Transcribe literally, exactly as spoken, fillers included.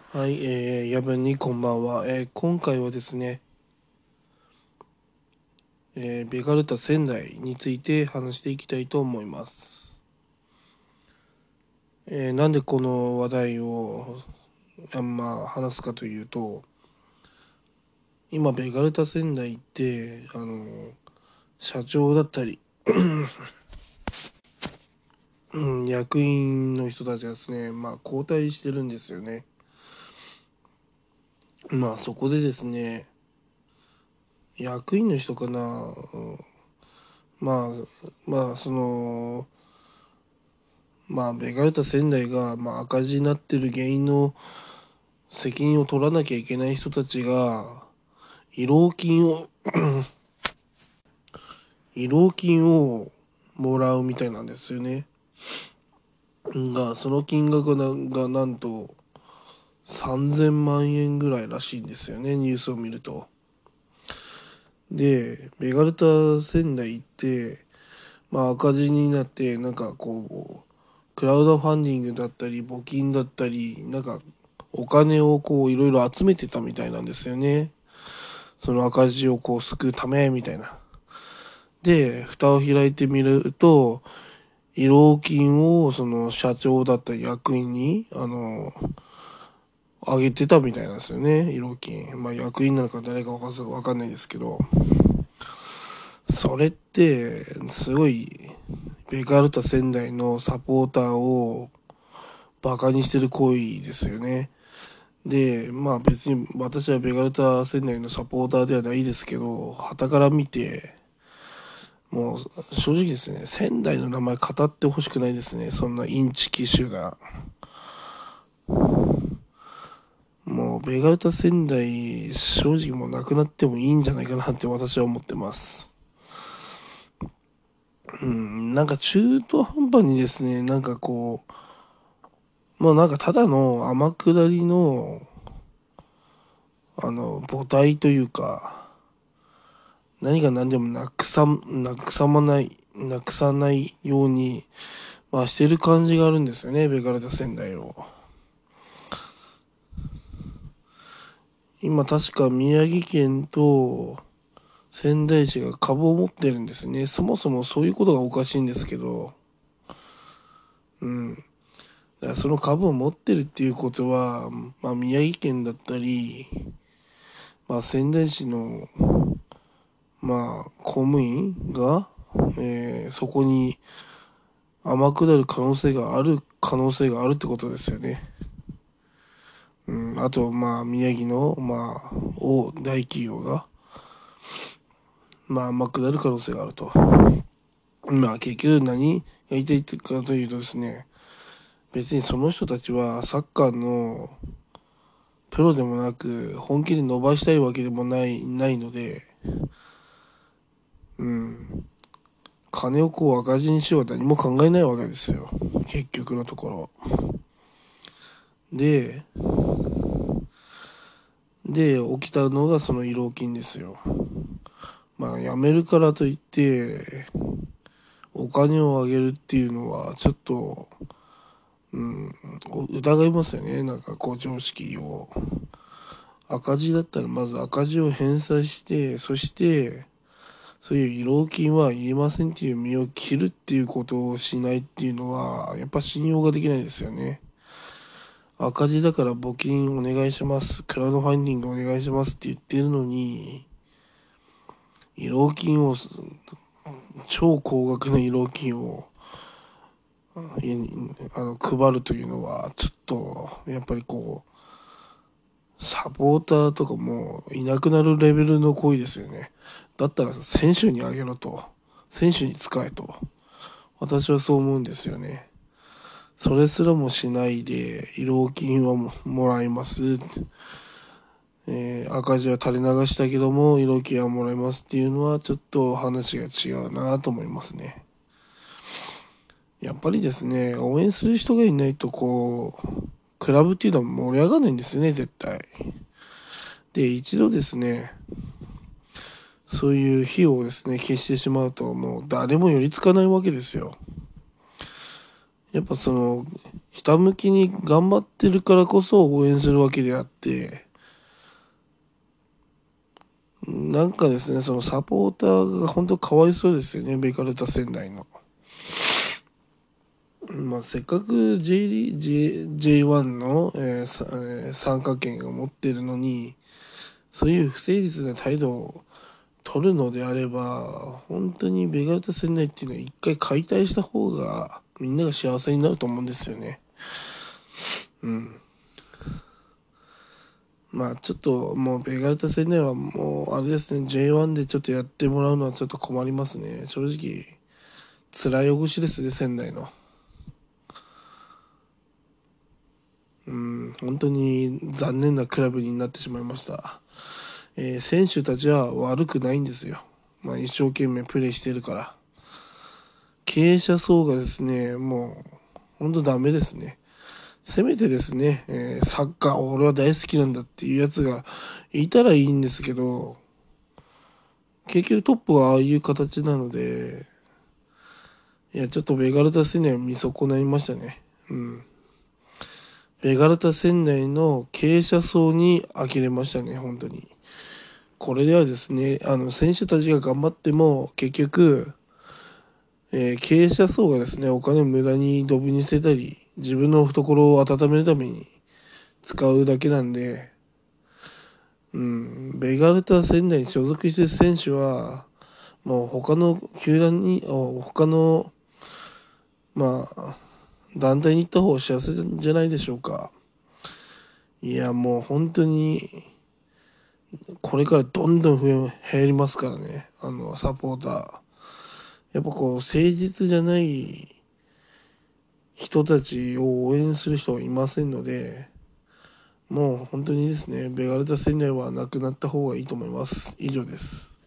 はい、えー、夜分にこんばんは。えー今回はですね、えーベガルタ仙台について話していきたいと思います。えーなんでこの話題をあんま話すかというと、今ベガルタ仙台ってあの社長だったり、うん、役員の人たちがですね、まあ交代してるんですよね。まあそこでですね、役員の人かな、うんまあまあそのまあ、ベガルタ仙台が、まあ、赤字になってる原因の責任を取らなきゃいけない人たちが、慰労金を慰労金をもらうみたいなんですよね。が、その金額ががなんとさんぜんまん円ぐらいらしいんですよね、ニュースを見ると。で、ベガルタ仙台って、まあ赤字になって、なんかこう、クラウドファンディングだったり、募金だったり、なんかお金をこういろいろ集めてたみたいなんですよね。その赤字をこう救うためみたいな。で、蓋を開いてみると、慰労金をその社長だった役員に、あの、あげてたみたいなんですよね、慰労金。まあ役員なのか誰かわかわかんないですけど、それって、すごい、ベガルタ仙台のサポーターをバカにしてる行為ですよね。で、まあ別に私はベガルタ仙台のサポーターではないですけど、傍から見て、もう正直ですね、仙台の名前語ってほしくないですね、そんなインチキ種が。もうベガルタ仙台、正直もうなくなってもいいんじゃないかなって私は思ってます。うん、なんか中途半端にですね、なんかこう、もうなんかただの天下りの、あの、母体というか、何が何でもなくさ、なくさまない、なくさないように、まあしてる感じがあるんですよね、ベガルタ仙台を。今確か宮城県と仙台市が株を持ってるんですね。そもそもそういうことがおかしいんですけど、うん。だからその株を持ってるっていうことは、まあ宮城県だったり、まあ仙台市の、まあ公務員が、えーそこに天下る可能性がある可能性があるってことですよね。うん、あと、まあ、宮城の、まあ、大大企業が、まあ、天下る可能性があると。まあ、結局何が言いたいかというとですね、別にその人たちはサッカーのプロでもなく、本気で伸ばしたいわけでもない、ないので、うん、金をこう赤字にしようとは何も考えないわけですよ。結局のところ。で、で、起きたのがその慰労金ですよ。まあ、辞めるからといって、お金をあげるっていうのは、ちょっと、うん、疑いますよね。なんか、こう、常識を。赤字だったら、まず赤字を返済して、そして、そういう慰労金はいりませんっていう身を切るっていうことをしないっていうのは、やっぱ信用ができないですよね。赤字だから募金お願いします。クラウドファンディングお願いしますって言ってるのに、慰労金を、超高額な慰労金を、家にあの配るというのは、ちょっと、やっぱりこう、サポーターとかもいなくなるレベルの行為ですよね。だったら選手にあげろと。選手に使えと。私はそう思うんですよね。それすらもしないで、慰労金はももらいます。えー赤字は垂れ流したけども、慰労金はもらいますっていうのは、ちょっと話が違うなと思いますね。やっぱりですね、応援する人がいないと、こう、クラブっていうのは盛り上がらないんですよね、絶対。で、一度ですね、そういう火をですね、消してしまうと、もう誰も寄りつかないわけですよ。 やっぱその、ひたむきに頑張ってるからこそ応援するわけであって、なんかですね、そのサポーターが本当かわいそうですよね、ベガルタ仙台の。まあ、せっかく J リ、J、ジェイワン の、えーさえー参加権を持ってるのに、そういう不誠実な態度を取るのであれば、本当にベガルタ仙台っていうのは一回解体した方がみんなが幸せになると思うんですよね。うん。まあちょっともうベガルタ仙台はもうあれですね、ジェイワン でちょっとやってもらうのはちょっと困りますね。正直、辛いおしですね、仙台の。うん、本当に残念なクラブになってしまいました。えー選手たちは悪くないんですよ。まあ一生懸命プレーしてるから。経営者層がですね、もう、本当ダメですね。せめてですね、えーサッカー俺は大好きなんだっていうやつがいたらいいんですけど、結局トップはああいう形なので、いや、ちょっとベガルタ仙台は見損ないましたね。うん。ベガルタ仙台の経営者層に呆れましたね、本当に。これではですね、あの、選手たちが頑張っても、結局、えー経営者層がですね、お金を無駄にドブに捨てたり、自分の懐を温めるために使うだけなんで、うん、ベガルタ仙台に所属している選手は、もう他の球団に、あ他の、まあ、団体に行った方が幸せじゃないでしょうか。いや、もう本当に、これからどんどん増え、減りますからね、あの、サポーター。やっぱこう、誠実じゃない人たちを応援する人はいませんので、もう本当にですね、ベガルタ仙台はなくなった方がいいと思います。以上です。